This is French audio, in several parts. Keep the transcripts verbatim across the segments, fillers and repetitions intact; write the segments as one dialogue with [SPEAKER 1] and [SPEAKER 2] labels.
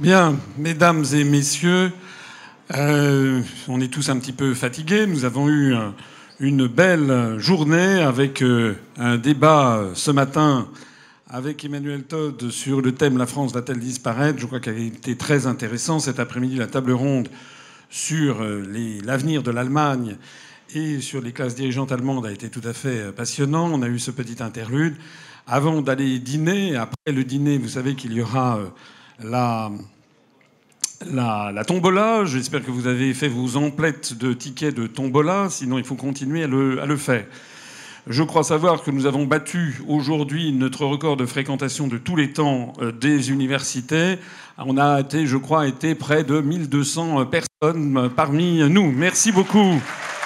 [SPEAKER 1] Bien, mesdames et messieurs, euh, on est tous un petit peu fatigués. Nous avons eu euh, une belle journée avec euh, un débat euh, ce matin avec Emmanuel Todd sur le thème « La France va-t-elle disparaître ?» Je crois qu'elle a été très intéressante. Cet après-midi, la table ronde sur euh, les, l'avenir de l'Allemagne et sur les classes dirigeantes allemandes a été tout à fait passionnant. On a eu ce petit interlude. Avant d'aller dîner, après le dîner, vous savez qu'il y aura euh, la... La, la tombola. J'espère que vous avez fait vos emplettes de tickets de tombola, sinon il faut continuer à le, à le faire. Je crois savoir que nous avons battu aujourd'hui notre record de fréquentation de tous les temps des universités. On a été, je crois, été près de mille deux cents personnes parmi nous. Merci beaucoup.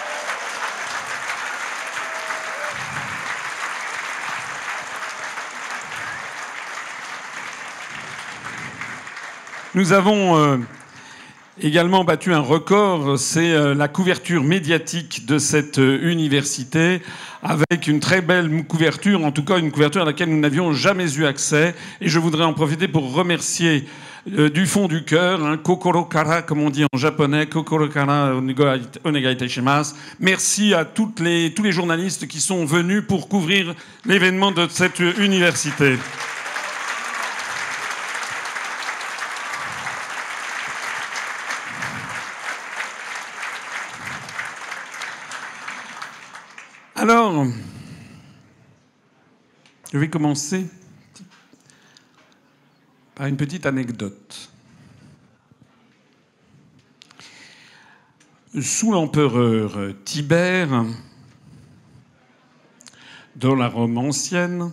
[SPEAKER 1] Nous avons euh, également battu un record, c'est euh, la couverture médiatique de cette euh, université, avec une très belle couverture, en tout cas une couverture à laquelle nous n'avions jamais eu accès. Et je voudrais en profiter pour remercier euh, du fond du cœur, hein, Kokoro Kara, comme on dit en japonais, Kokoro Kara onegaite shimasu. Merci à toutes les, tous les journalistes qui sont venus pour couvrir l'événement de cette université. Alors, je vais commencer par une petite anecdote. Sous l'empereur Tibère, dans la Rome ancienne,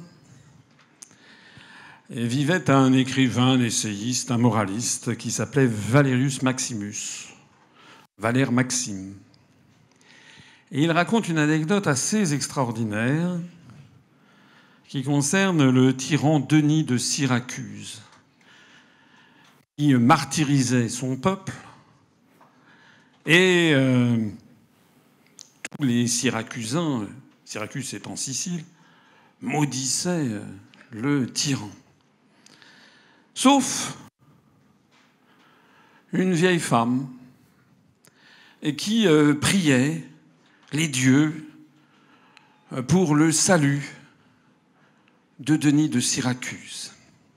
[SPEAKER 1] vivait un écrivain, un essayiste, un moraliste qui s'appelait Valerius Maximus, Valère Maxime. Et il raconte une anecdote assez extraordinaire qui concerne le tyran Denis de Syracuse, qui martyrisait son peuple et euh, tous les Syracusains, Syracuse c'est en Sicile, maudissaient le tyran. Sauf une vieille femme et qui euh, priait les dieux pour le salut de Denis de Syracuse.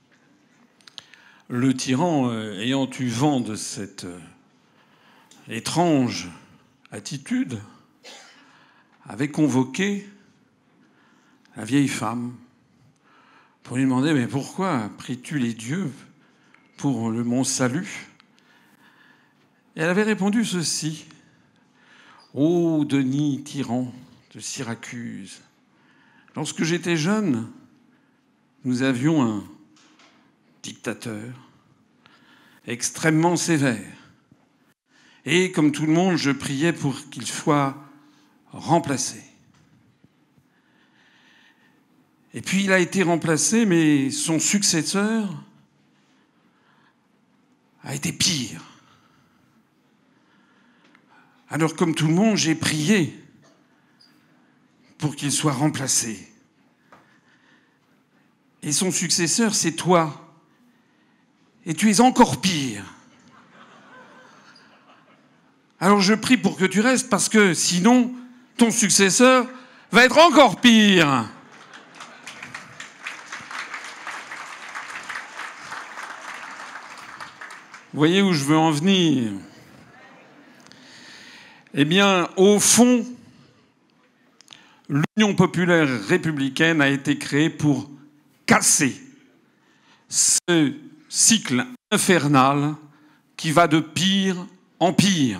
[SPEAKER 1] Le tyran, ayant eu vent de cette étrange attitude, avait convoqué la vieille femme pour lui demander « Mais pourquoi pries-tu les dieux pour le mon salut ?» Et elle avait répondu ceci. Ô Denis, tyran de Syracuse, lorsque j'étais jeune, nous avions un dictateur extrêmement sévère. Et comme tout le monde, je priais pour qu'il soit remplacé. Et puis il a été remplacé, mais son successeur a été pire. Alors, comme tout le monde, j'ai prié pour qu'il soit remplacé. Et son successeur, c'est toi. Et tu es encore pire. Alors, je prie pour que tu restes, parce que sinon, ton successeur va être encore pire. Vous voyez où je veux en venir ? Eh bien, au fond, l'Union populaire républicaine a été créée pour casser ce cycle infernal qui va de pire en pire.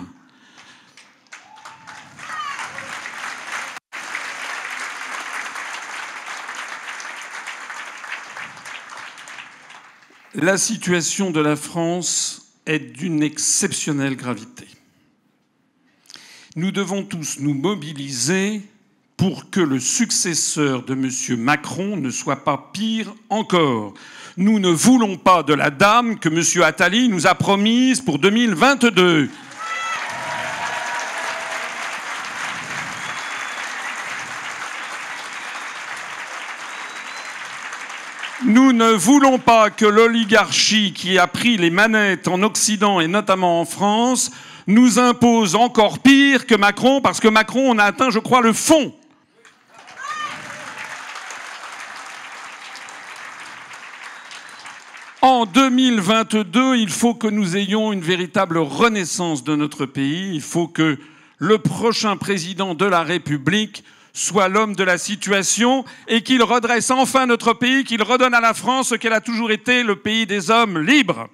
[SPEAKER 1] La situation de la France est d'une exceptionnelle gravité. Nous devons tous nous mobiliser pour que le successeur de M. Macron ne soit pas pire encore. Nous ne voulons pas de la dame que M. Attali nous a promise pour deux mille vingt-deux. Nous ne voulons pas que l'oligarchie qui a pris les manettes en Occident et notamment en France nous impose encore pire que Macron, parce que Macron, on a atteint, je crois, le fond. En deux mille vingt-deux, il faut que nous ayons une véritable renaissance de notre pays. Il faut que le prochain président de la République soit l'homme de la situation et qu'il redresse enfin notre pays, qu'il redonne à la France ce qu'elle a toujours été, le pays des hommes libres.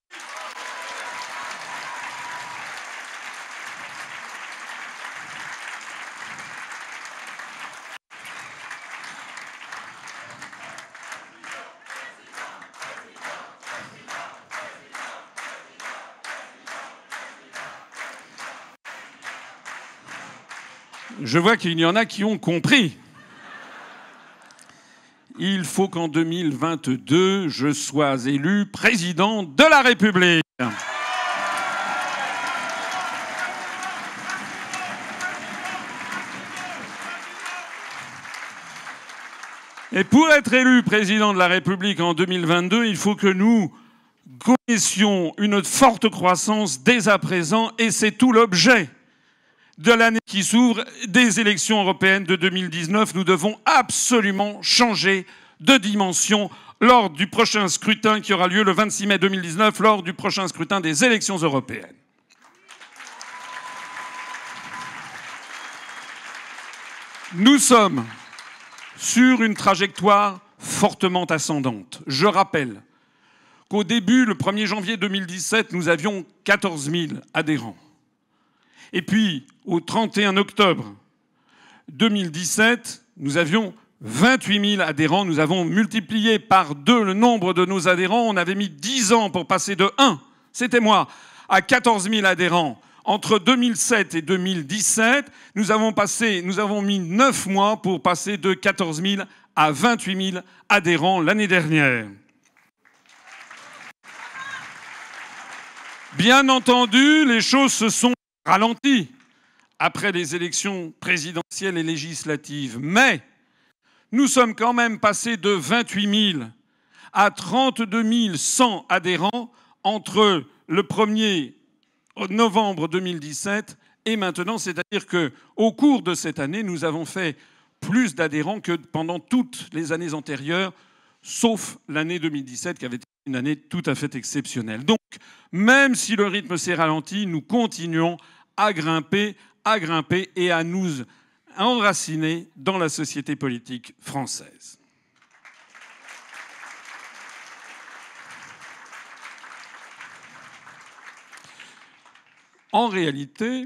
[SPEAKER 1] Je vois qu'il y en a qui ont compris. Il faut qu'en deux mille vingt-deux, je sois élu président de la République. Et pour être élu président de la République en deux mille vingt-deux, il faut que nous connaissions une forte croissance dès à présent, et c'est tout l'objet de l'année qui s'ouvre, des élections européennes de deux mille dix-neuf. Nous devons absolument changer de dimension lors du prochain scrutin qui aura lieu le vingt-six mai deux mille dix-neuf, lors du prochain scrutin des élections européennes. Nous sommes sur une trajectoire fortement ascendante. Je rappelle qu'au début, le premier janvier deux mille dix-sept, nous avions quatorze mille adhérents. Et puis, au trente et un octobre deux mille dix-sept, nous avions vingt-huit mille adhérents. Nous avons multiplié par deux le nombre de nos adhérents. On avait mis dix ans pour passer de un, c'était moi, à quatorze mille adhérents. Entre deux mille sept et deux mille dix-sept, nous avons, passé, nous avons mis neuf mois pour passer de quatorze mille à vingt-huit mille adhérents l'année dernière. Bien entendu, les choses se sont ralenties après les élections présidentielles et législatives. Mais nous sommes quand même passés de vingt-huit mille à trente-deux mille cent adhérents entre le premier novembre deux mille dix-sept et maintenant. C'est-à-dire qu'au cours de cette année, nous avons fait plus d'adhérents que pendant toutes les années antérieures, sauf l'année deux mille dix-sept qui avait été une année tout à fait exceptionnelle. Donc, même si le rythme s'est ralenti, nous continuons à grimper, à grimper et à nous enraciner dans la société politique française. En réalité,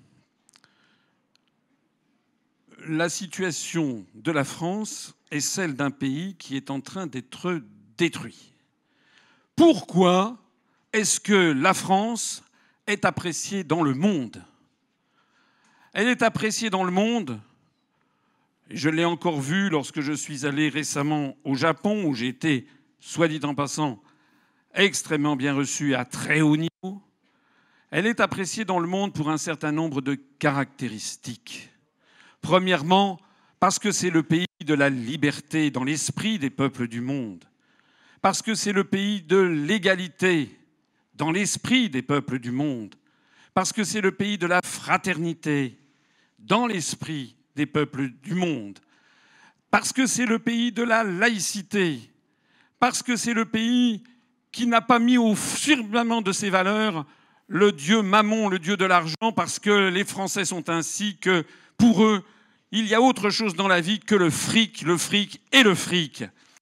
[SPEAKER 1] la situation de la France est celle d'un pays qui est en train d'être détruit. Pourquoi est-ce que la France est appréciée dans le monde? Elle est appréciée dans le monde, et je l'ai encore vu lorsque je suis allé récemment au Japon, où j'ai été, soit dit en passant, extrêmement bien reçu à très haut niveau. Elle est appréciée dans le monde pour un certain nombre de caractéristiques. Premièrement, parce que c'est le pays de la liberté dans l'esprit des peuples du monde. Parce que c'est le pays de l'égalité dans l'esprit des peuples du monde. Parce que c'est le pays de la fraternité dans l'esprit des peuples du monde. Parce que c'est le pays de la laïcité. Parce que c'est le pays qui n'a pas mis au firmament de ses valeurs le dieu Mammon, le dieu de l'argent, parce que les Français sont ainsi, que pour eux, il y a autre chose dans la vie que le fric, le fric et le fric.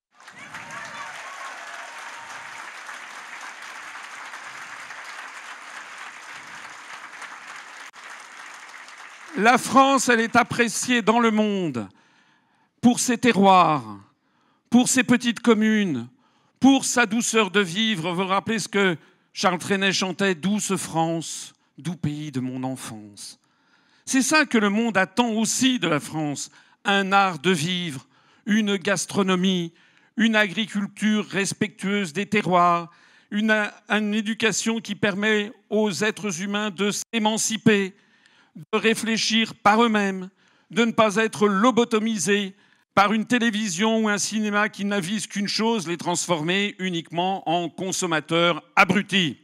[SPEAKER 1] La France, elle est appréciée dans le monde pour ses terroirs, pour ses petites communes, pour sa douceur de vivre. Vous vous rappelez ce que Charles Trenet chantait « Douce France, doux pays de mon enfance ». C'est ça que le monde attend aussi de la France, un art de vivre, une gastronomie, une agriculture respectueuse des terroirs, une, une éducation qui permet aux êtres humains de s'émanciper, de réfléchir par eux-mêmes, de ne pas être lobotomisés par une télévision ou un cinéma qui n'avisent qu'une chose, les transformer uniquement en consommateurs abrutis.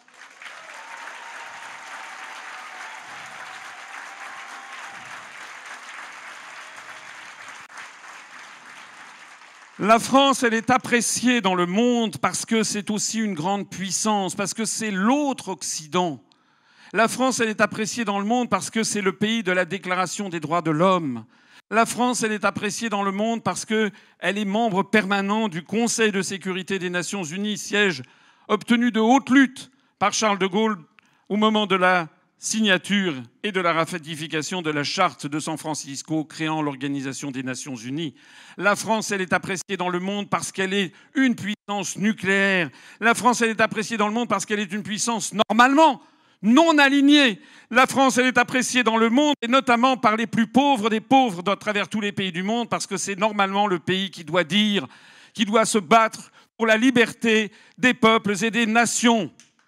[SPEAKER 1] La France, elle est appréciée dans le monde parce que c'est aussi une grande puissance, parce que c'est l'autre Occident. La France, elle est appréciée dans le monde parce que c'est le pays de la Déclaration des droits de l'homme. La France, elle est appréciée dans le monde parce qu'elle est membre permanent du Conseil de sécurité des Nations Unies, siège obtenu de haute lutte par Charles de Gaulle au moment de la signature et de la ratification de la charte de San Francisco créant l'Organisation des Nations Unies. La France, elle est appréciée dans le monde parce qu'elle est une puissance nucléaire. La France, elle est appréciée dans le monde parce qu'elle est une puissance normalement non alignée. La France, elle est appréciée dans le monde, et notamment par les plus pauvres des pauvres à travers tous les pays du monde, parce que c'est normalement le pays qui doit dire, qui doit se battre pour la liberté des peuples et des nations.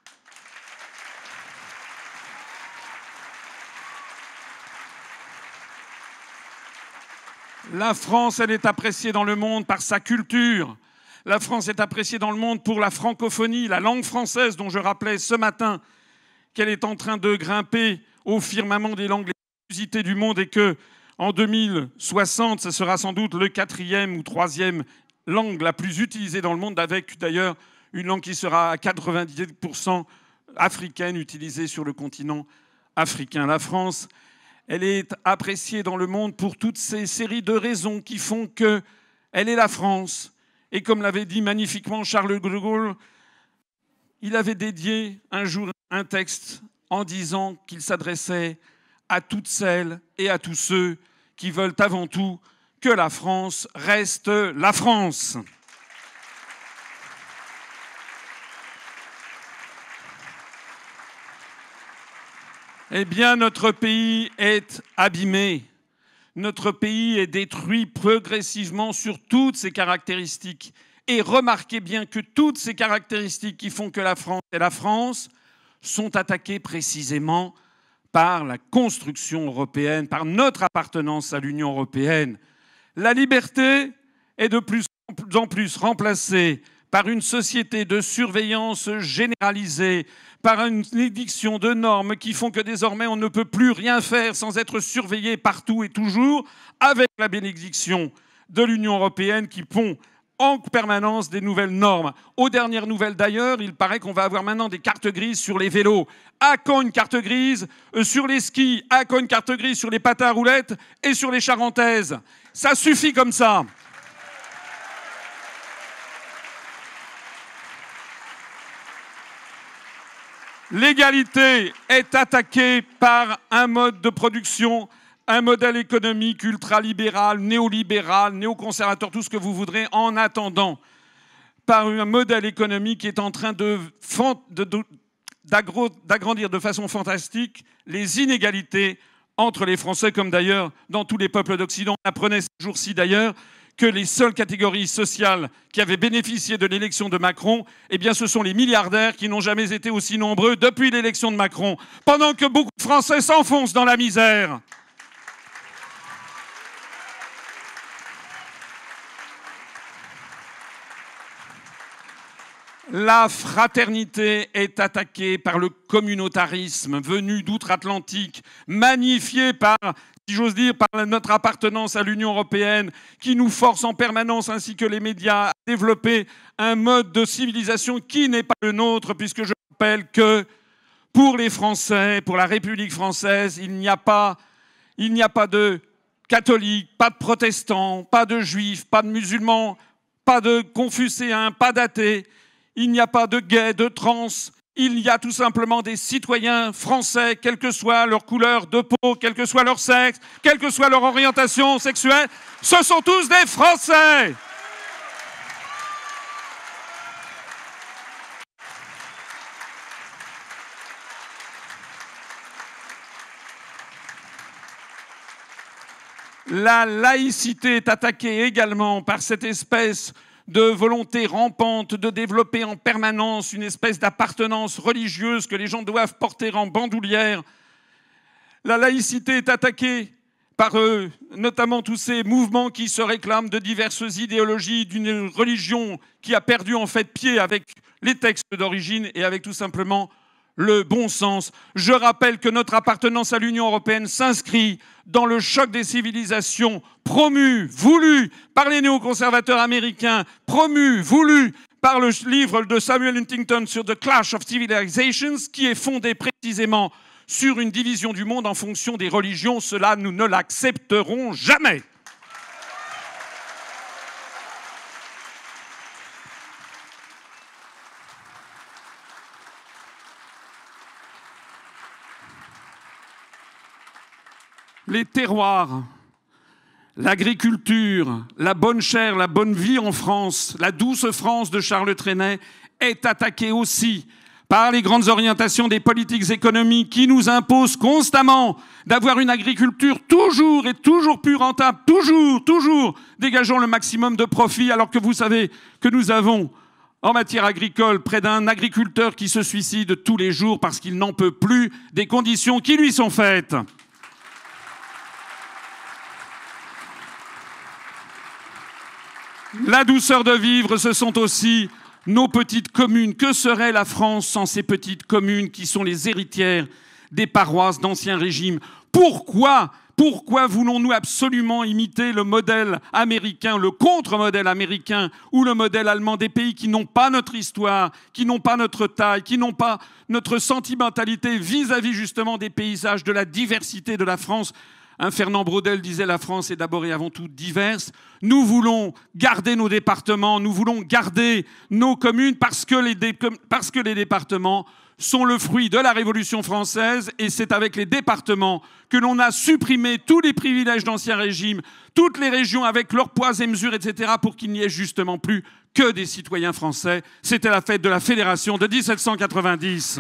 [SPEAKER 1] La France, elle est appréciée dans le monde par sa culture. La France est appréciée dans le monde pour la francophonie, la langue française dont je rappelais ce matin qu'elle est en train de grimper au firmament des langues les plus usitées du monde et que, en deux mille soixante, ce sera sans doute le quatrième ou troisième langue la plus utilisée dans le monde, avec d'ailleurs une langue qui sera à quatre-vingt-dix pour cent africaine, utilisée sur le continent africain. La France, elle est appréciée dans le monde pour toutes ces séries de raisons qui font qu'elle est la France. Et comme l'avait dit magnifiquement Charles de Gaulle, il avait dédié un jour un texte en disant qu'il s'adressait à toutes celles et à tous ceux qui veulent avant tout que la France reste la France. Eh bien, notre pays est abîmé. Notre pays est détruit progressivement sur toutes ses caractéristiques. Et remarquez bien que toutes ces caractéristiques qui font que la France est la France sont attaquées précisément par la construction européenne, par notre appartenance à l'Union européenne. La liberté est de plus en plus remplacée par une société de surveillance généralisée, par une édiction de normes qui font que désormais on ne peut plus rien faire sans être surveillé partout et toujours, avec la bénédiction de l'Union européenne qui pond en permanence des nouvelles normes. Aux dernières nouvelles d'ailleurs, il paraît qu'on va avoir maintenant des cartes grises sur les vélos. À quand une carte grise sur les skis? À quand une carte grise sur les patins à roulettes et sur les charentaises? Ça suffit comme ça. L'égalité est attaquée par un mode de production, un modèle économique ultralibéral, néolibéral, néoconservateur, tout ce que vous voudrez, en attendant, par un modèle économique qui est en train de, de, d'agrandir de façon fantastique les inégalités entre les Français, comme d'ailleurs dans tous les peuples d'Occident. On apprenait ce jour-ci d'ailleurs que les seules catégories sociales qui avaient bénéficié de l'élection de Macron, eh bien, ce sont les milliardaires qui n'ont jamais été aussi nombreux depuis l'élection de Macron, pendant que beaucoup de Français s'enfoncent dans la misère. La fraternité est attaquée par le communautarisme venu d'outre-Atlantique, magnifié par, si j'ose dire, par notre appartenance à l'Union européenne, qui nous force en permanence, ainsi que les médias, à développer un mode de civilisation qui n'est pas le nôtre, puisque je rappelle que pour les Français, pour la République française, il n'y a pas, il n'y a pas de catholiques, pas de protestants, pas de juifs, pas de musulmans, pas de confucéens, pas d'athées. Il n'y a pas de gays, de trans, il y a tout simplement des citoyens français, quelle que soit leur couleur de peau, quel que soit leur sexe, quelle que soit leur orientation sexuelle, ce sont tous des Français. La laïcité est attaquée également par cette espèce de volonté rampante de développer en permanence une espèce d'appartenance religieuse que les gens doivent porter en bandoulière. La laïcité est attaquée par euh, notamment tous ces mouvements qui se réclament de diverses idéologies, d'une religion qui a perdu en fait pied avec les textes d'origine et avec tout simplement le bon sens. Je rappelle que notre appartenance à l'Union européenne s'inscrit dans le choc des civilisations promu, voulu par les néoconservateurs américains, promu, voulu par le livre de Samuel Huntington sur The Clash of Civilizations, qui est fondé précisément sur une division du monde en fonction des religions. Cela, nous ne l'accepterons jamais. Les terroirs, l'agriculture, la bonne chair, la bonne vie en France, la douce France de Charles Trenet est attaquée aussi par les grandes orientations des politiques économiques qui nous imposent constamment d'avoir une agriculture toujours et toujours plus rentable, toujours, toujours dégageant le maximum de profit, alors que vous savez que nous avons en matière agricole près d'un agriculteur qui se suicide tous les jours parce qu'il n'en peut plus des conditions qui lui sont faites. La douceur de vivre, ce sont aussi nos petites communes. Que serait la France sans ces petites communes qui sont les héritières des paroisses d'Ancien Régime? Pourquoi, pourquoi voulons-nous absolument imiter le modèle américain, le contre-modèle américain ou le modèle allemand, des pays qui n'ont pas notre histoire, qui n'ont pas notre taille, qui n'ont pas notre sentimentalité vis-à-vis justement des paysages, de la diversité de la France? Un Fernand Braudel disait « La France est d'abord et avant tout diverse ». Nous voulons garder nos départements, nous voulons garder nos communes parce que les, dé... parce que les départements sont le fruit de la Révolution française et c'est avec les départements que l'on a supprimé tous les privilèges d'Ancien Régime, toutes les régions avec leurs poids et mesures, et cetera, pour qu'il n'y ait justement plus que des citoyens français. C'était la fête de la Fédération de dix-sept cent quatre-vingt-dix.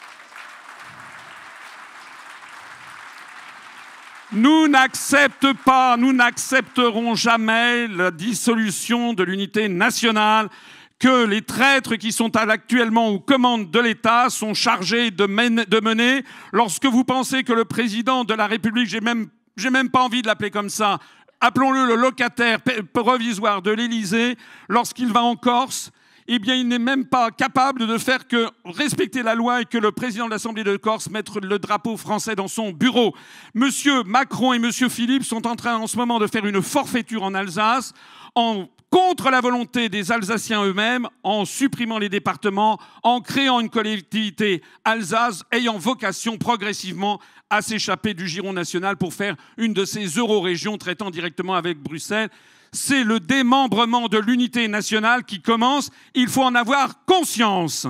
[SPEAKER 1] Nous n'acceptons pas, nous n'accepterons jamais la dissolution de l'unité nationale que les traîtres qui sont actuellement aux commandes de l'État sont chargés de mener. Lorsque vous pensez que le président de la République, j'ai même, j'ai même pas envie de l'appeler comme ça, appelons-le le locataire provisoire de l'Élysée, lorsqu'il va en Corse, eh bien, il n'est même pas capable de faire que respecter la loi et que le président de l'Assemblée de Corse mette le drapeau français dans son bureau. Monsieur Macron et monsieur Philippe sont en train en ce moment de faire une forfaiture en Alsace, en contre la volonté des Alsaciens eux-mêmes, en supprimant les départements, en créant une collectivité Alsace ayant vocation progressivement à s'échapper du giron national pour faire une de ces euro-régions traitant directement avec Bruxelles. C'est le démembrement de l'unité nationale qui commence. Il faut en avoir conscience.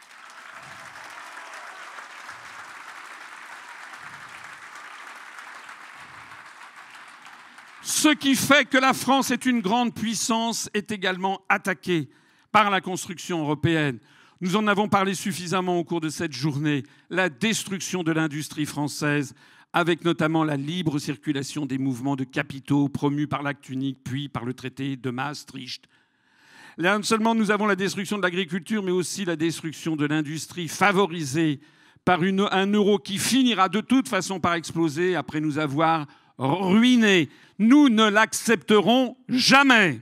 [SPEAKER 1] Ce qui fait que la France est une grande puissance est également attaqué par la construction européenne. Nous en avons parlé suffisamment au cours de cette journée. La destruction de l'industrie française, avec notamment la libre circulation des mouvements de capitaux promus par l'acte unique, puis par le traité de Maastricht. Là, non seulement nous avons la destruction de l'agriculture, mais aussi la destruction de l'industrie favorisée par une, un euro qui finira de toute façon par exploser après nous avoir ruinés. Nous ne l'accepterons jamais.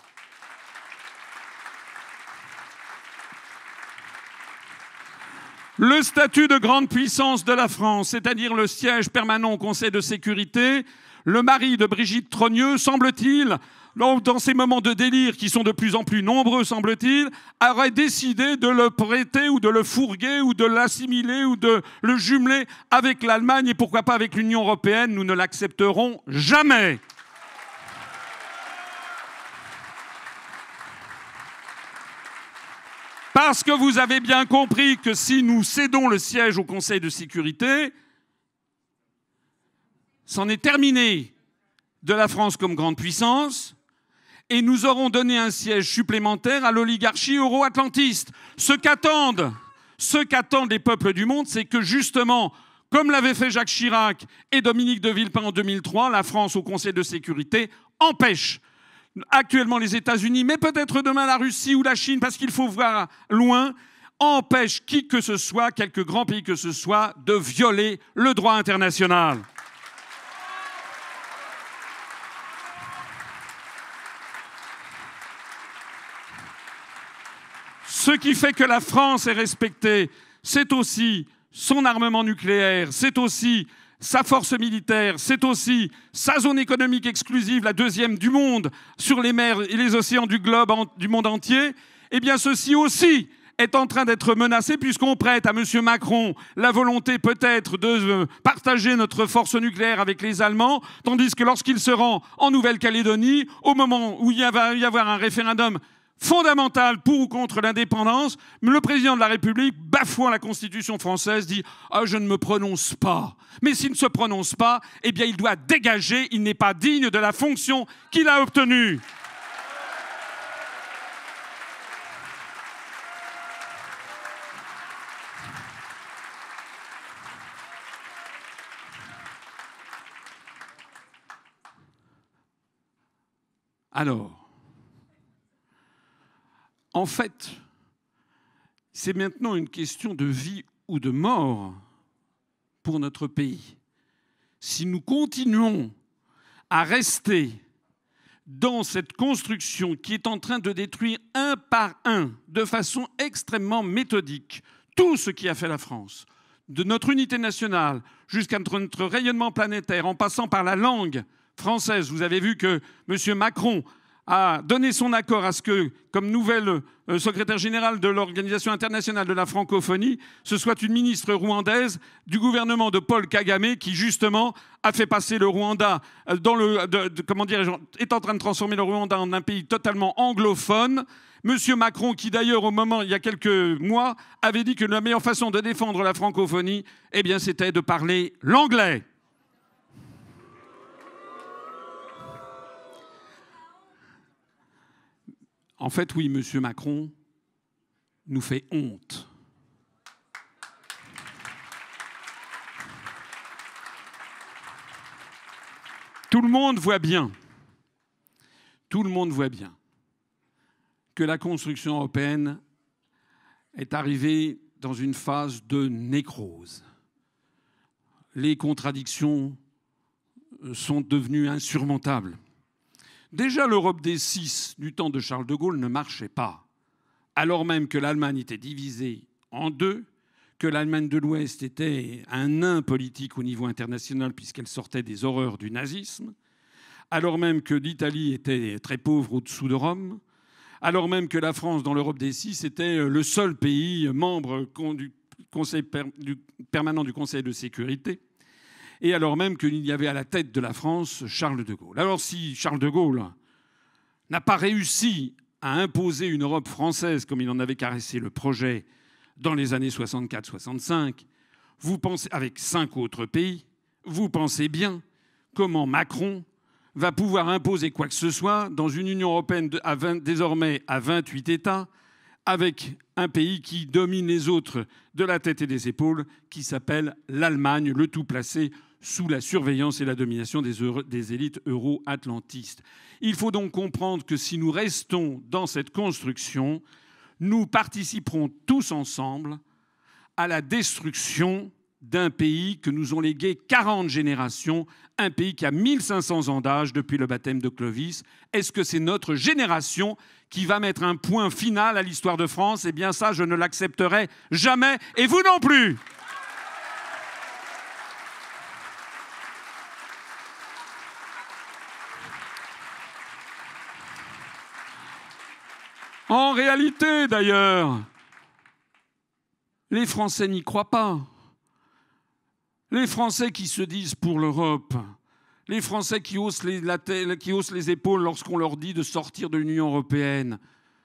[SPEAKER 1] Le statut de grande puissance de la France, c'est-à-dire le siège permanent au Conseil de sécurité, le mari de Brigitte Trogneux, semble-t-il, dans ces moments de délire qui sont de plus en plus nombreux, semble-t-il, aurait décidé de le prêter ou de le fourguer ou de l'assimiler ou de le jumeler avec l'Allemagne et pourquoi pas avec l'Union européenne. Nous ne l'accepterons jamais. Parce que vous avez bien compris que si nous cédons le siège au Conseil de sécurité, c'en est terminé de la France comme grande puissance et nous aurons donné un siège supplémentaire à l'oligarchie euro-atlantiste. Ce qu'attendent, ce qu'attendent les peuples du monde, c'est que justement, comme l'avait fait Jacques Chirac et Dominique de Villepin en deux mille trois, la France au Conseil de sécurité empêche actuellement les États-Unis, mais peut-être demain la Russie ou la Chine, parce qu'il faut voir loin, empêche qui que ce soit, quelque grand pays que ce soit, de violer le droit international. Ce qui fait que la France est respectée, c'est aussi son armement nucléaire, c'est aussi sa force militaire, c'est aussi sa zone économique exclusive, la deuxième du monde, sur les mers et les océans du globe, du monde entier. Eh bien, ceci aussi est en train d'être menacé puisqu'on prête à M. Macron la volonté peut-être de partager notre force nucléaire avec les Allemands, tandis que lorsqu'il se rend en Nouvelle-Calédonie, au moment où il va y avoir un référendum fondamental pour ou contre l'indépendance, le président de la République, bafouant la Constitution française, dit « Ah, je ne me prononce pas ». Mais s'il ne se prononce pas, eh bien, il doit dégager, il n'est pas digne de la fonction qu'il a obtenue. Alors, en fait, c'est maintenant une question de vie ou de mort pour notre pays. Si nous continuons à rester dans cette construction qui est en train de détruire un par un, de façon extrêmement méthodique, tout ce qui a fait la France, de notre unité nationale jusqu'à notre rayonnement planétaire, en passant par la langue française. Vous avez vu que M. Macron a donné son accord à ce que, comme nouvelle euh, secrétaire générale de l'Organisation internationale de la francophonie, ce soit une ministre rwandaise du gouvernement de Paul Kagame qui, justement, a fait passer le Rwanda dans le... De, de, comment dirais-je, est en train de transformer le Rwanda en un pays totalement anglophone. Monsieur Macron, qui d'ailleurs, au moment, il y a quelques mois, avait dit que la meilleure façon de défendre la francophonie, eh bien, c'était de parler l'anglais. En fait, oui, M. Macron nous fait honte. Tout le monde voit bien, tout le monde voit bien que la construction européenne est arrivée dans une phase de nécrose. Les contradictions sont devenues insurmontables. Déjà, l'Europe des six du temps de Charles de Gaulle ne marchait pas, alors même que l'Allemagne était divisée en deux, que l'Allemagne de l'Ouest était un nain politique au niveau international puisqu'elle sortait des horreurs du nazisme, alors même que l'Italie était très pauvre au-dessous de Rome, alors même que la France, dans l'Europe des six, était le seul pays membre du Conseil permanent du Conseil de sécurité, et alors même qu'il y avait à la tête de la France Charles de Gaulle. Alors si Charles de Gaulle n'a pas réussi à imposer une Europe française comme il en avait caressé le projet dans les années soixante-quatre soixante-cinq, vous pensez, avec cinq autres pays, vous pensez bien comment Macron va pouvoir imposer quoi que ce soit dans une Union européenne à vingt, désormais à vingt-huit États, avec un pays qui domine les autres de la tête et des épaules, qui s'appelle l'Allemagne, le tout placé sous la surveillance et la domination des, euro, des élites euro-atlantistes. Il faut donc comprendre que si nous restons dans cette construction, nous participerons tous ensemble à la destruction d'un pays que nous ont légué quarante générations, un pays qui a mille cinq cents ans d'âge depuis le baptême de Clovis. Est-ce que c'est notre génération qui va mettre un point final à l'histoire de France? Eh bien ça, je ne l'accepterai jamais, et vous non plus. En réalité, d'ailleurs, les Français n'y croient pas. Les Français qui se disent pour l'Europe, les Français qui haussent les, la tête, qui haussent les épaules lorsqu'on leur dit de sortir de l'Union européenne,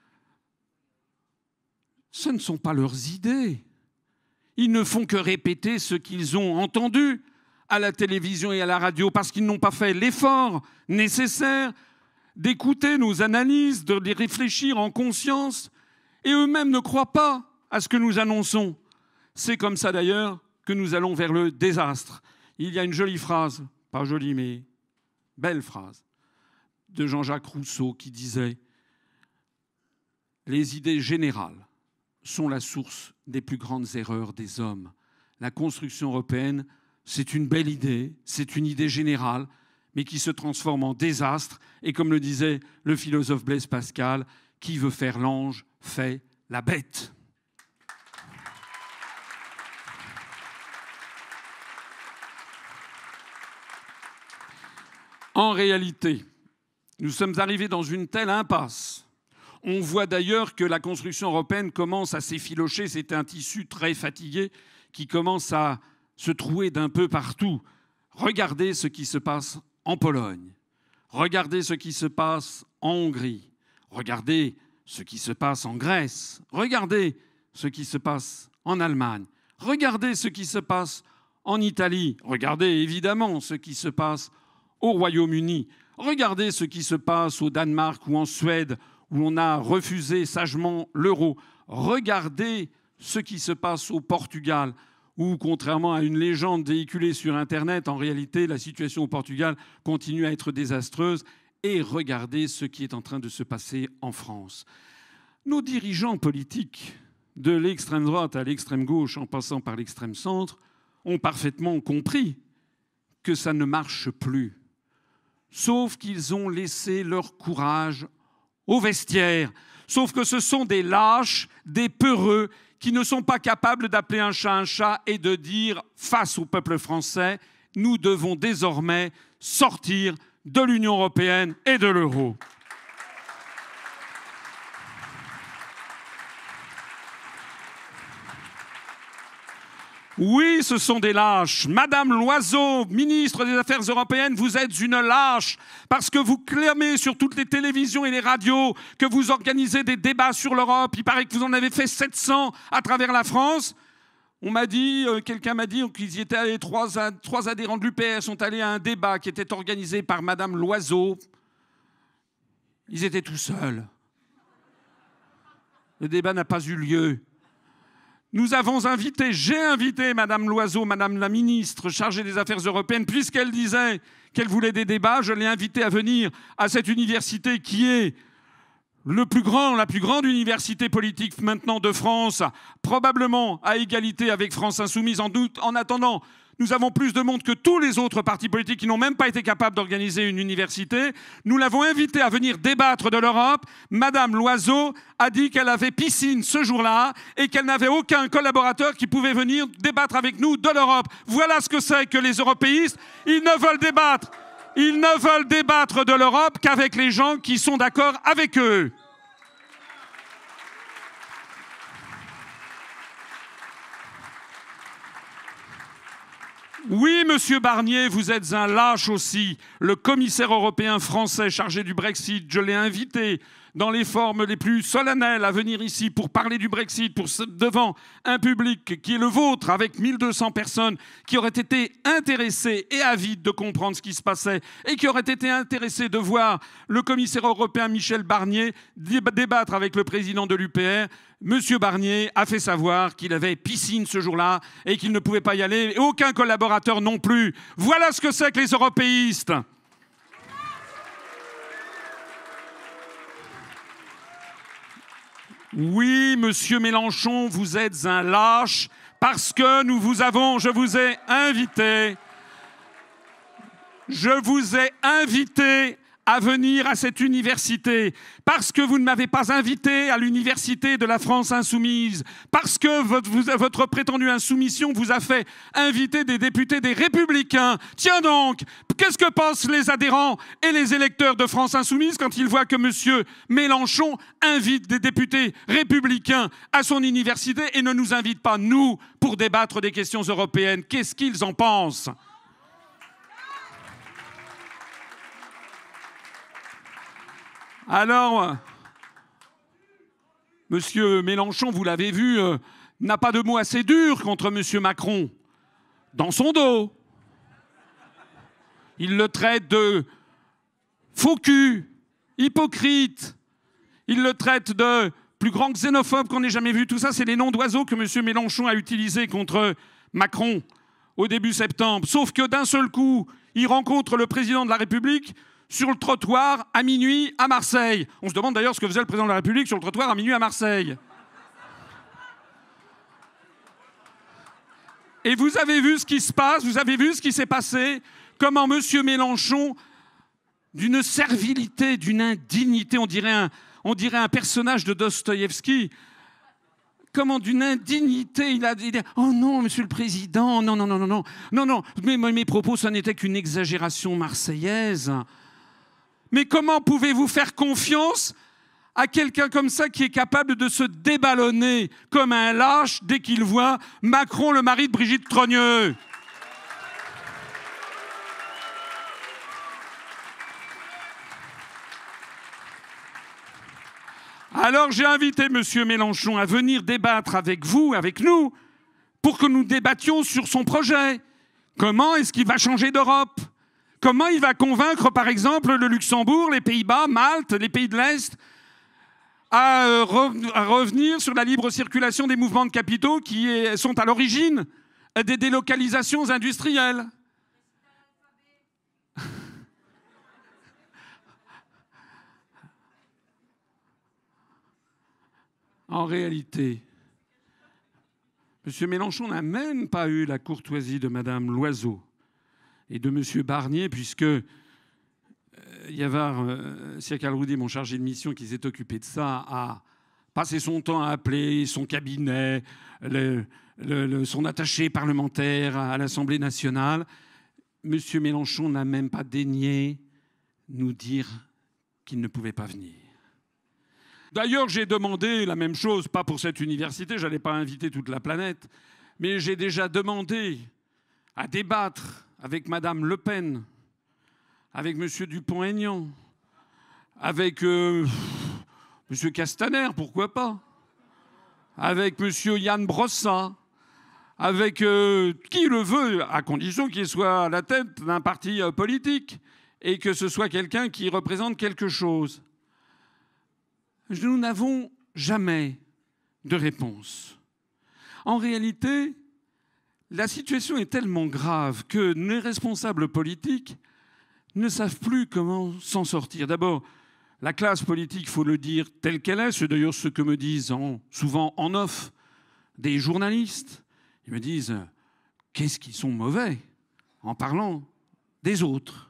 [SPEAKER 1] ce ne sont pas leurs idées. Ils ne font que répéter ce qu'ils ont entendu à la télévision et à la radio parce qu'ils n'ont pas fait l'effort nécessaire d'écouter nos analyses, de les réfléchir en conscience, et eux-mêmes ne croient pas à ce que nous annonçons. C'est comme ça d'ailleurs que nous allons vers le désastre. Il y a une jolie phrase, pas jolie mais belle phrase, de Jean-Jacques Rousseau qui disait « Les idées générales sont la source des plus grandes erreurs des hommes. La construction européenne, c'est une belle idée, c'est une idée générale, mais qui se transforme en désastre. Et comme le disait le philosophe Blaise Pascal, qui veut faire l'ange fait la bête. En réalité, nous sommes arrivés dans une telle impasse. On voit d'ailleurs que la construction européenne commence à s'effilocher. C'est un tissu très fatigué qui commence à se trouer d'un peu partout. Regardez ce qui se passe en Pologne. Regardez ce qui se passe en Hongrie. Regardez ce qui se passe en Grèce. Regardez ce qui se passe en Allemagne. Regardez ce qui se passe en Italie. Regardez évidemment ce qui se passe au Royaume-Uni. Regardez ce qui se passe au Danemark ou en Suède, où on a refusé sagement l'euro. Regardez ce qui se passe au Portugal, où, contrairement à une légende véhiculée sur Internet, en réalité, la situation au Portugal continue à être désastreuse. Et regardez ce qui est en train de se passer en France. Nos dirigeants politiques, de l'extrême droite à l'extrême gauche, en passant par l'extrême centre, ont parfaitement compris que ça ne marche plus. Sauf qu'ils ont laissé leur courage au vestiaire. Sauf que ce sont des lâches, des peureux, qui ne sont pas capables d'appeler un chat un chat et de dire face au peuple français, nous devons désormais sortir de l'Union européenne et de l'euro. Oui, ce sont des lâches. Madame Loiseau, ministre des Affaires européennes, vous êtes une lâche parce que vous clamez sur toutes les télévisions et les radios que vous organisez des débats sur l'Europe. Il paraît que vous en avez fait sept cents à travers la France. On m'a dit, euh, quelqu'un m'a dit qu'ils y étaient allés, trois, trois adhérents de l'U P R sont allés à un débat qui était organisé par Madame Loiseau. Ils étaient tout seuls. Le débat n'a pas eu lieu. Nous avons invité, j'ai invité Madame Loiseau, Madame la ministre chargée des Affaires européennes, puisqu'elle disait qu'elle voulait des débats, je l'ai invitée à venir à cette université qui est le plus grand, la plus grande université politique maintenant de France, probablement à égalité avec France Insoumise. En doute, en attendant, nous avons plus de monde que tous les autres partis politiques qui n'ont même pas été capables d'organiser une université. Nous l'avons invitée à venir débattre de l'Europe. Madame Loiseau a dit qu'elle avait piscine ce jour-là et qu'elle n'avait aucun collaborateur qui pouvait venir débattre avec nous de l'Europe. Voilà ce que c'est que les européistes. Ils ne veulent débattre. Ils ne veulent débattre de l'Europe qu'avec les gens qui sont d'accord avec eux. Oui, monsieur Barnier, vous êtes un lâche aussi. Le commissaire européen français chargé du Brexit, je l'ai invité dans les formes les plus solennelles à venir ici pour parler du Brexit, pour, devant un public qui est le vôtre, avec mille deux cents personnes qui auraient été intéressées et avides de comprendre ce qui se passait et qui auraient été intéressées de voir le commissaire européen Michel Barnier débattre avec le président de l'U P R. Monsieur Barnier a fait savoir qu'il avait piscine ce jour-là et qu'il ne pouvait pas y aller, et aucun collaborateur non plus. Voilà ce que c'est que les européistes. Oui, monsieur Mélenchon, vous êtes un lâche parce que nous vous avons, je vous ai invité, je vous ai invité à venir à cette université, parce que vous ne m'avez pas invité à l'université de la France insoumise, parce que votre, votre prétendue insoumission vous a fait inviter des députés des Républicains. Tiens donc, qu'est-ce que pensent les adhérents et les électeurs de France insoumise quand ils voient que M. Mélenchon invite des députés républicains à son université et ne nous invite pas, nous, pour débattre des questions européennes? Qu'est-ce qu'ils en pensent ? Alors, Monsieur Mélenchon, vous l'avez vu, euh, n'a pas de mots assez durs contre Monsieur Macron. Dans son dos. Il le traite de faux cul, hypocrite. Il le traite de plus grand xénophobe qu'on ait jamais vu. Tout ça, c'est les noms d'oiseaux que Monsieur Mélenchon a utilisés contre Macron au début septembre. Sauf que d'un seul coup, il rencontre le président de la République sur le trottoir à minuit à Marseille. On se demande d'ailleurs ce que faisait le président de la République sur le trottoir à minuit à Marseille. Et vous avez vu ce qui se passe, vous avez vu ce qui s'est passé, comment Monsieur Mélenchon, d'une servilité, d'une indignité, on dirait un, on dirait un personnage de Dostoïevski,
[SPEAKER 2] comment d'une indignité, il a dit « Oh non, Monsieur le Président, non, non, non, non, non, non, non, mes, mes propos, ça n'était qu'une exagération marseillaise. » Mais comment pouvez-vous faire confiance à quelqu'un comme ça qui est capable de se déballonner comme un lâche dès qu'il voit Macron, le mari de Brigitte Trogneux? Alors j'ai invité M. Mélenchon à venir débattre avec vous, avec nous, pour que nous débattions sur son projet. Comment est-ce qu'il va changer d'Europe? Comment il va convaincre, par exemple, le Luxembourg, les Pays-Bas, Malte, les pays de l'Est, à, euh, re à revenir sur la libre circulation des mouvements de capitaux qui est, sont à l'origine des délocalisations industrielles? En réalité, M. Mélenchon n'a même pas eu la courtoisie de Mme Loiseau et de M. Barnier, puisque euh, Yavar euh, Siakal-Roudy, mon chargé de mission qui s'est occupé de ça, a passé son temps à appeler son cabinet, le, le, le, son attaché parlementaire à l'Assemblée nationale. M. Mélenchon n'a même pas daigné nous dire qu'il ne pouvait pas venir. D'ailleurs, j'ai demandé la même chose, pas pour cette université, je n'allais pas inviter toute la planète, mais j'ai déjà demandé à débattre avec Mme Le Pen, avec M. Dupont-Aignan, avec euh, M. Castaner, pourquoi pas, avec M. Yann Brossa, avec euh, qui le veut, à condition qu'il soit à la tête d'un parti euh, politique et que ce soit quelqu'un qui représente quelque chose. Nous n'avons jamais de réponse. En réalité, la situation est tellement grave que les responsables politiques ne savent plus comment s'en sortir. D'abord, la classe politique, il faut le dire telle qu'elle est, c'est d'ailleurs ce que me disent en, souvent en off des journalistes. Ils me disent « Qu'est-ce qu'ils sont mauvais ?» en parlant des autres.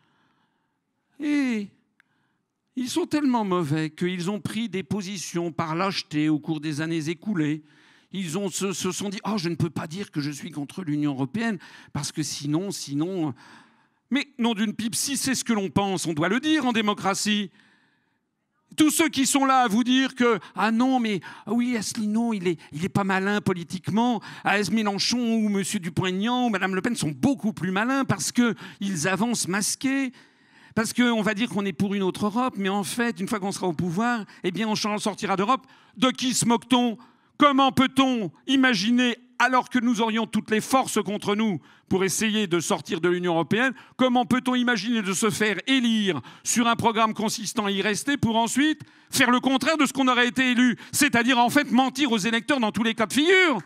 [SPEAKER 2] Et ils sont tellement mauvais qu'ils ont pris des positions par lâcheté au cours des années écoulées. Ils ont, se, se sont dit « Oh, je ne peux pas dire que je suis contre l'Union européenne, parce que sinon, sinon... » Mais nom d'une pipe, si c'est ce que l'on pense, on doit le dire en démocratie. Tous ceux qui sont là à vous dire que « Ah non, mais ah oui, Asselineau, il est, il est pas malin politiquement. Ah, Mélenchon ou M. Dupont-Aignan ou Mme Le Pen sont beaucoup plus malins parce qu'ils avancent masqués. » Parce qu'on va dire qu'on est pour une autre Europe, mais en fait, une fois qu'on sera au pouvoir, eh bien, on sortira d'Europe. De qui se moque-t-on? Comment peut-on imaginer, alors que nous aurions toutes les forces contre nous pour essayer de sortir de l'Union européenne, comment peut-on imaginer de se faire élire sur un programme consistant à y rester pour ensuite faire le contraire de ce qu'on aurait été élu, c'est-à-dire en fait mentir aux électeurs dans tous les cas de figure?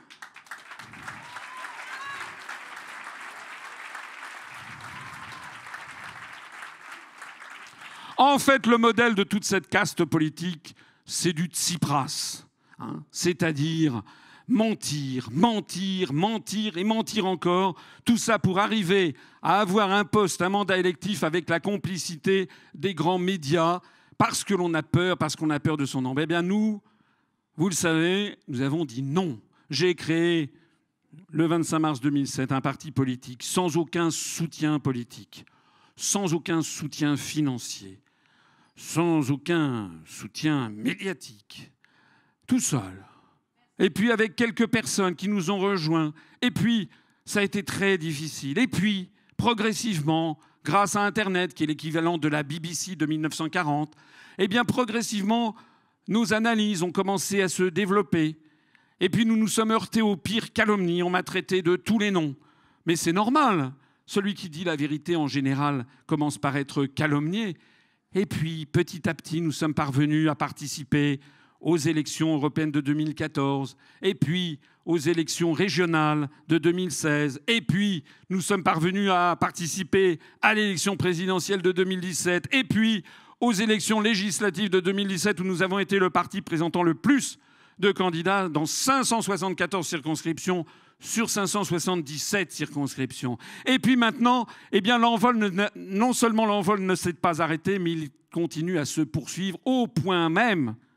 [SPEAKER 2] En fait, le modèle de toute cette caste politique, c'est du Tsipras, hein, c'est-à-dire mentir, mentir, mentir et mentir encore, tout ça pour arriver à avoir un poste, un mandat électif avec la complicité des grands médias, parce que l'on a peur, parce qu'on a peur de son nom. Eh bien, nous, vous le savez, nous avons dit non. J'ai créé, le vingt-cinq mars deux mille sept, un parti politique sans aucun soutien politique, sans aucun soutien financier, sans aucun soutien médiatique, tout seul. Et puis avec quelques personnes qui nous ont rejoints. Et puis, ça a été très difficile. Et puis, progressivement, grâce à Internet, qui est l'équivalent de la B B C de mille neuf cent quarante, eh bien, progressivement, nos analyses ont commencé à se développer. Et puis, nous nous sommes heurtés aux pires calomnies. On m'a traité de tous les noms. Mais c'est normal. Celui qui dit la vérité, en général, commence par être calomnié. Et puis, petit à petit, nous sommes parvenus à participer aux élections européennes de deux mille quatorze, et puis aux élections régionales de deux mille seize, et puis nous sommes parvenus à participer à l'élection présidentielle de deux mille dix-sept, et puis aux élections législatives de deux mille dix-sept, où nous avons été le parti présentant le plus de candidats dans cinq cent soixante-quatorze circonscriptions sur cinq cent soixante-dix-sept circonscriptions. Et puis maintenant, eh bien, l'envol ne, non seulement l'envol ne s'est pas arrêté, mais il continue à se poursuivre au point même,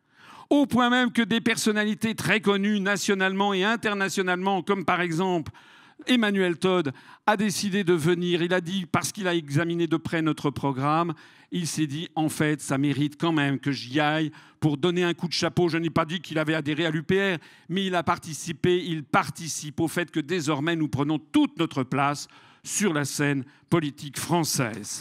[SPEAKER 2] au point même que des personnalités très connues nationalement et internationalement, comme par exemple Emmanuel Todd, a décidé de venir. Il a dit, parce qu'il a examiné de près notre programme, il s'est dit, en fait, ça mérite quand même que j'y aille pour donner un coup de chapeau. Je n'ai pas dit qu'il avait adhéré à l'U P R, mais il a participé, il participe au fait que désormais nous prenons toute notre place sur la scène politique française.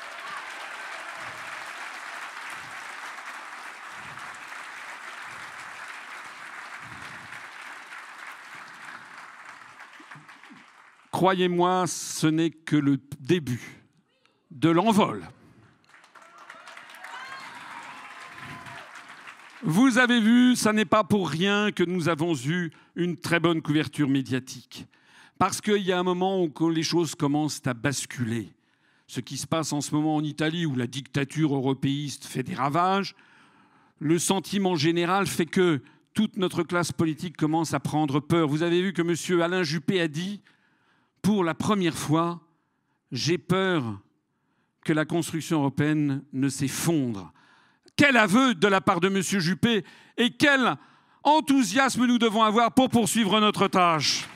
[SPEAKER 2] Croyez-moi, ce n'est que le début de l'envol. Vous avez vu, ça n'est pas pour rien que nous avons eu une très bonne couverture médiatique. Parce qu'il y a un moment où les choses commencent à basculer. Ce qui se passe en ce moment en Italie, où la dictature européiste fait des ravages, le sentiment général fait que toute notre classe politique commence à prendre peur. Vous avez vu que M. Alain Juppé a dit « Pour la première fois, j'ai peur que la construction européenne ne s'effondre ». Quel aveu de la part de M. Juppé et quel enthousiasme nous devons avoir pour poursuivre notre tâche.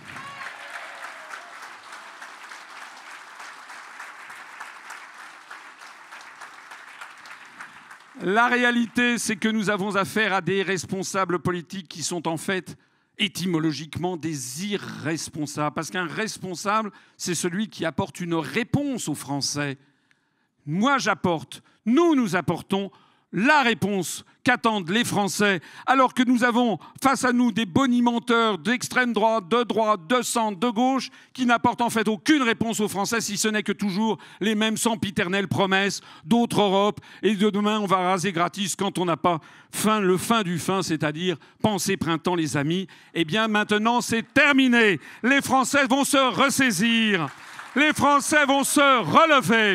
[SPEAKER 2] La réalité, c'est que nous avons affaire à des responsables politiques qui sont en fait étymologiquement des irresponsables. Parce qu'un responsable, c'est celui qui apporte une réponse aux Français. Moi, j'apporte, nous, nous apportons la réponse qu'attendent les Français, alors que nous avons face à nous des bonimenteurs d'extrême droite, de droite, de centre, de gauche, qui n'apportent en fait aucune réponse aux Français, si ce n'est que toujours les mêmes sempiternelles promesses d'autres Europe, et de demain on va raser gratis quand on n'a pas fin, le fin du fin, c'est-à-dire pensez printemps les amis. Eh bien maintenant c'est terminé. Les Français vont se ressaisir. Les Français vont se relever.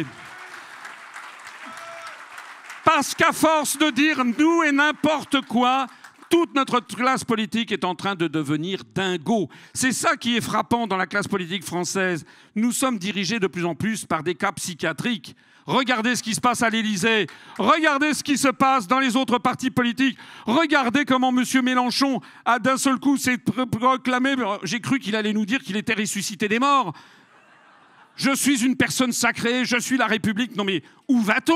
[SPEAKER 2] Parce qu'à force de dire nous et n'importe quoi, toute notre classe politique est en train de devenir dingo. C'est ça qui est frappant dans la classe politique française. Nous sommes dirigés de plus en plus par des cas psychiatriques. Regardez ce qui se passe à l'Élysée. Regardez ce qui se passe dans les autres partis politiques. Regardez comment M. Mélenchon a d'un seul coup s'est proclamé. J'ai cru qu'il allait nous dire qu'il était ressuscité des morts. Je suis une personne sacrée, je suis la République. Non mais où va-t-on ?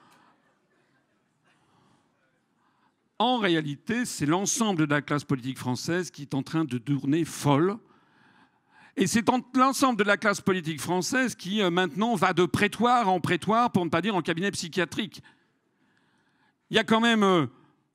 [SPEAKER 2] En réalité, c'est l'ensemble de la classe politique française qui est en train de tourner folle. Et c'est l'ensemble de la classe politique française qui, euh, maintenant, va de prétoire en prétoire, pour ne pas dire en cabinet psychiatrique. Il y a quand même... Euh...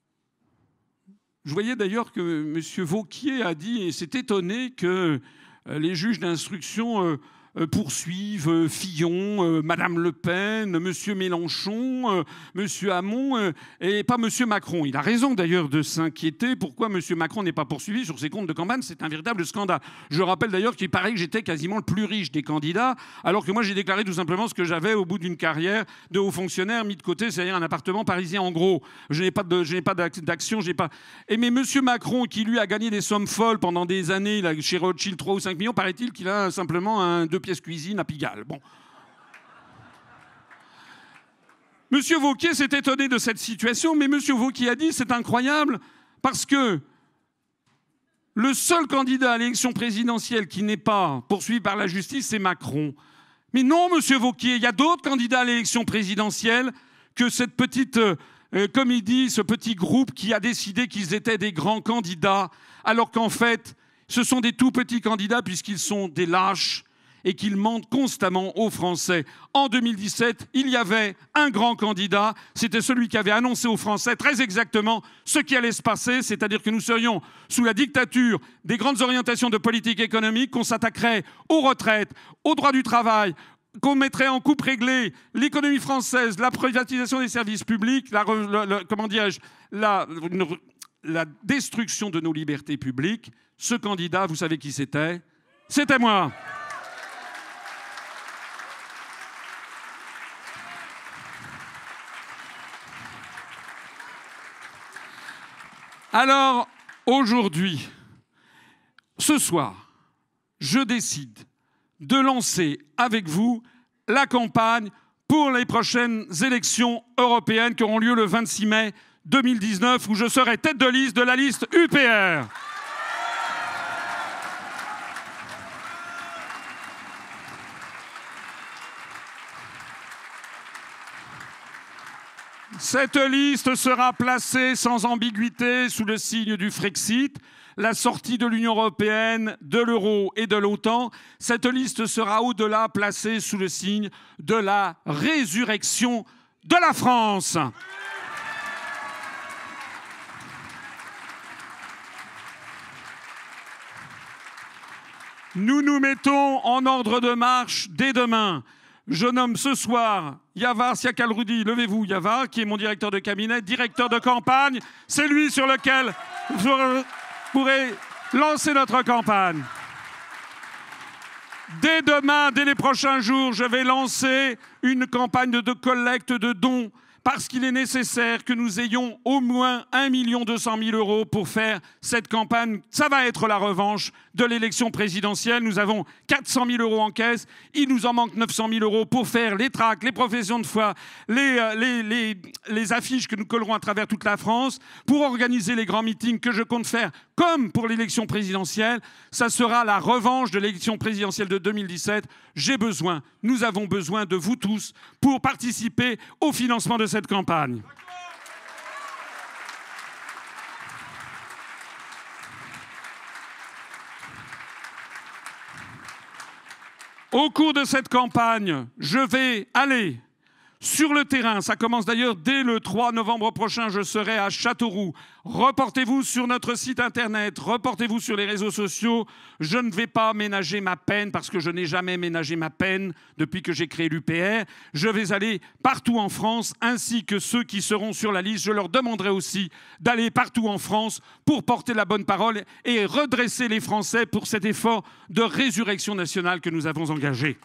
[SPEAKER 2] Je voyais d'ailleurs que M. Wauquiez a dit, et s'est étonné, que euh, les juges d'instruction... Euh, Euh, poursuivent euh, Fillon, euh, Madame Le Pen, M. Mélenchon, euh, M. Hamon euh, et pas M. Macron. Il a raison d'ailleurs de s'inquiéter. Pourquoi M. Macron n'est pas poursuivi sur ses comptes de campagne? C'est un véritable scandale. Je rappelle d'ailleurs qu'il paraît que j'étais quasiment le plus riche des candidats, alors que moi j'ai déclaré tout simplement ce que j'avais au bout d'une carrière de haut fonctionnaire mis de côté, c'est-à-dire un appartement parisien en gros. Je n'ai pas de, je n'ai pas d'action, j'ai pas. Et mais M. Macron, qui lui a gagné des sommes folles pendant des années, il a chez Rothschild trois ou cinq millions, paraît-il qu'il a simplement un deux pièces cuisine à Pigalle. Bon. Monsieur Wauquiez s'est étonné de cette situation, mais Monsieur Wauquiez a dit c'est incroyable parce que le seul candidat à l'élection présidentielle qui n'est pas poursuivi par la justice, c'est Macron. Mais non, Monsieur Wauquiez, il y a d'autres candidats à l'élection présidentielle que cette petite euh, comédie, ce petit groupe qui a décidé qu'ils étaient des grands candidats, alors qu'en fait, ce sont des tout petits candidats puisqu'ils sont des lâches et qu'ils mentent constamment aux Français. En deux mille dix-sept, il y avait un grand candidat, c'était celui qui avait annoncé aux Français très exactement ce qui allait se passer, c'est-à-dire que nous serions sous la dictature des grandes orientations de politique économique, qu'on s'attaquerait aux retraites, aux droits du travail, qu'on mettrait en coupe réglée l'économie française, la privatisation des services publics, la, la, la, comment dirais-je, la, la destruction de nos libertés publiques. Ce candidat, vous savez qui c'était? C'était moi. Alors, aujourd'hui, ce soir, je décide de lancer avec vous la campagne pour les prochaines élections européennes qui auront lieu le vingt-six mai deux mille dix-neuf où je serai tête de liste de la liste U P R. Cette liste sera placée sans ambiguïté sous le signe du Frexit, la sortie de l'Union européenne, de l'euro et de l'OTAN. Cette liste sera au-delà placée sous le signe de la résurrection de la France. Nous nous mettons en ordre de marche dès demain. Je nomme ce soir Yavar Siakalroudi, levez-vous Yavar, qui est mon directeur de cabinet, directeur de campagne. C'est lui sur lequel je pourrai lancer notre campagne. Dès demain, dès les prochains jours, je vais lancer une campagne de collecte de dons parce qu'il est nécessaire que nous ayons au moins un million deux cent mille euros pour faire cette campagne. Ça va être la revanche de l'élection présidentielle. Nous avons quatre cent mille euros en caisse. Il nous en manque neuf cent mille euros pour faire les tracts, les professions de foi, les, les, les, les affiches que nous collerons à travers toute la France, pour organiser les grands meetings que je compte faire comme pour l'élection présidentielle. Ça sera la revanche de l'élection présidentielle de deux mille dix-sept. J'ai besoin, nous avons besoin de vous tous pour participer au financement de cette campagne. Au cours de cette campagne, je vais aller sur le terrain. Ça commence d'ailleurs dès le trois novembre prochain. Je serai à Châteauroux. Reportez-vous sur notre site internet, reportez-vous sur les réseaux sociaux. Je ne vais pas ménager ma peine parce que je n'ai jamais ménagé ma peine depuis que j'ai créé l'U P R. Je vais aller partout en France, ainsi que ceux qui seront sur la liste. Je leur demanderai aussi d'aller partout en France pour porter la bonne parole et redresser les Français pour cet effort de résurrection nationale que nous avons engagé.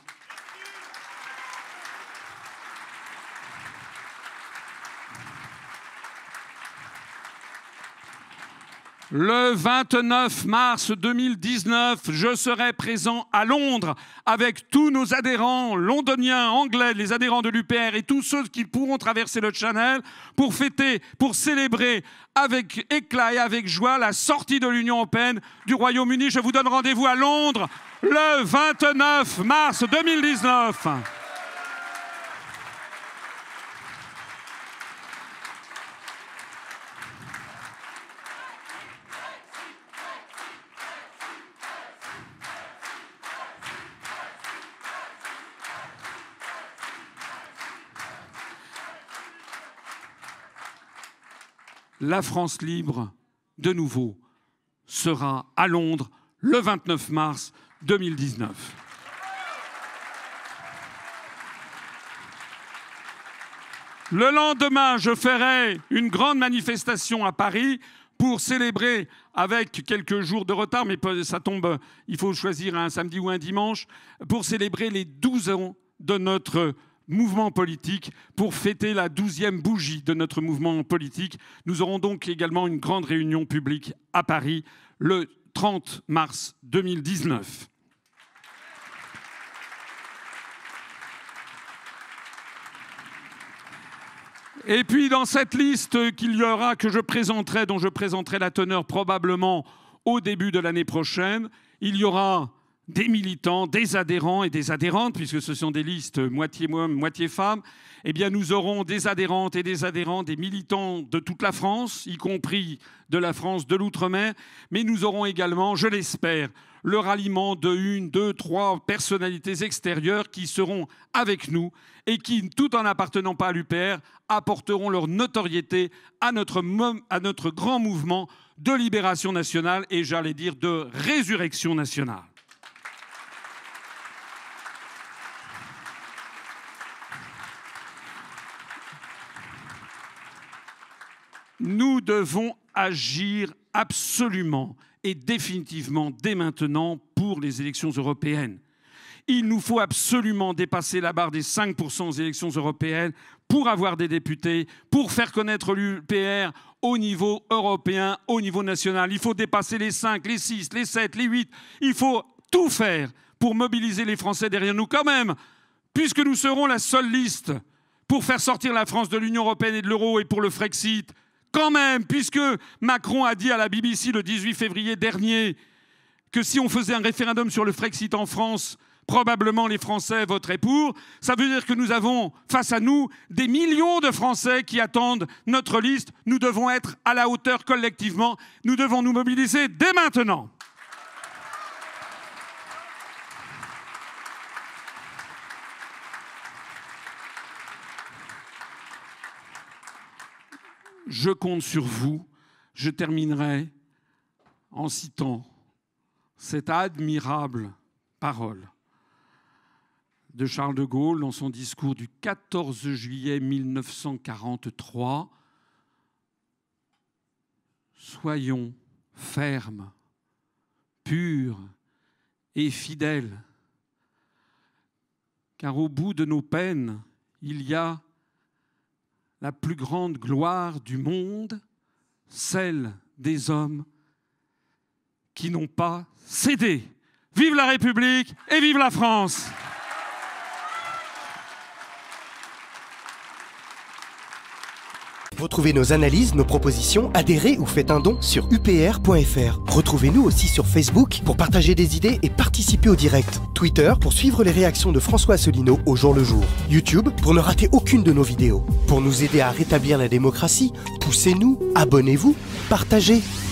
[SPEAKER 2] Le vingt-neuf mars deux mille dix-neuf, je serai présent à Londres avec tous nos adhérents londoniens, anglais, les adhérents de l'U P R et tous ceux qui pourront traverser le Channel pour fêter, pour célébrer avec éclat et avec joie la sortie de l'Union européenne du Royaume-Uni. Je vous donne rendez-vous à Londres le vingt-neuf mars deux mille dix-neuf. La France libre, de nouveau, sera à Londres le vingt-neuf mars deux mille dix-neuf. Le lendemain, je ferai une grande manifestation à Paris pour célébrer, avec quelques jours de retard, mais ça tombe, il faut choisir un samedi ou un dimanche, pour célébrer les douze ans de notre mouvement politique, pour fêter la douzième bougie de notre mouvement politique. Nous aurons donc également une grande réunion publique à Paris le trente mars deux mille dix-neuf. Et puis dans cette liste qu'il y aura, que je présenterai, dont je présenterai la teneur probablement au début de l'année prochaine, il y aura des militants, des adhérents et des adhérentes, puisque ce sont des listes moitié hommes, moitié femmes. Eh bien, nous aurons des adhérentes et des adhérents, des militants de toute la France, y compris de la France de l'outre-mer. Mais nous aurons également, je l'espère, le ralliement de une, deux, trois personnalités extérieures qui seront avec nous et qui, tout en n'appartenant pas à l'U P R, apporteront leur notoriété à notre, à notre grand mouvement de libération nationale et, j'allais dire, de résurrection nationale. Nous devons agir absolument et définitivement dès maintenant pour les élections européennes. Il nous faut absolument dépasser la barre des cinq pour cent aux élections européennes pour avoir des députés, pour faire connaître l'U P R au niveau européen, au niveau national. Il faut dépasser les cinq, les six, les sept, les huit. Il faut tout faire pour mobiliser les Français derrière nous quand même, puisque nous serons la seule liste pour faire sortir la France de l'Union européenne et de l'euro et pour le Frexit. quand même, puisque Macron a dit à la B B C le dix-huit février dernier que si on faisait un référendum sur le Frexit en France, probablement les Français voteraient pour, ça veut dire que nous avons face à nous des millions de Français qui attendent notre liste. Nous devons être à la hauteur collectivement. Nous devons nous mobiliser dès maintenant. Je compte sur vous. Je terminerai en citant cette admirable parole de Charles de Gaulle dans son discours du quatorze juillet mille neuf cent quarante-trois. Soyons fermes, purs et fidèles, car au bout de nos peines, il y a la plus grande gloire du monde, celle des hommes qui n'ont pas cédé. Vive la République et vive la France!
[SPEAKER 3] Retrouvez nos analyses, nos propositions, adhérez ou faites un don sur U P R point F R. Retrouvez-nous aussi sur Facebook pour partager des idées et participer au direct. Twitter pour suivre les réactions de François Asselineau au jour le jour. YouTube pour ne rater aucune de nos vidéos. Pour nous aider à rétablir la démocratie, poussez-nous, abonnez-vous, partagez.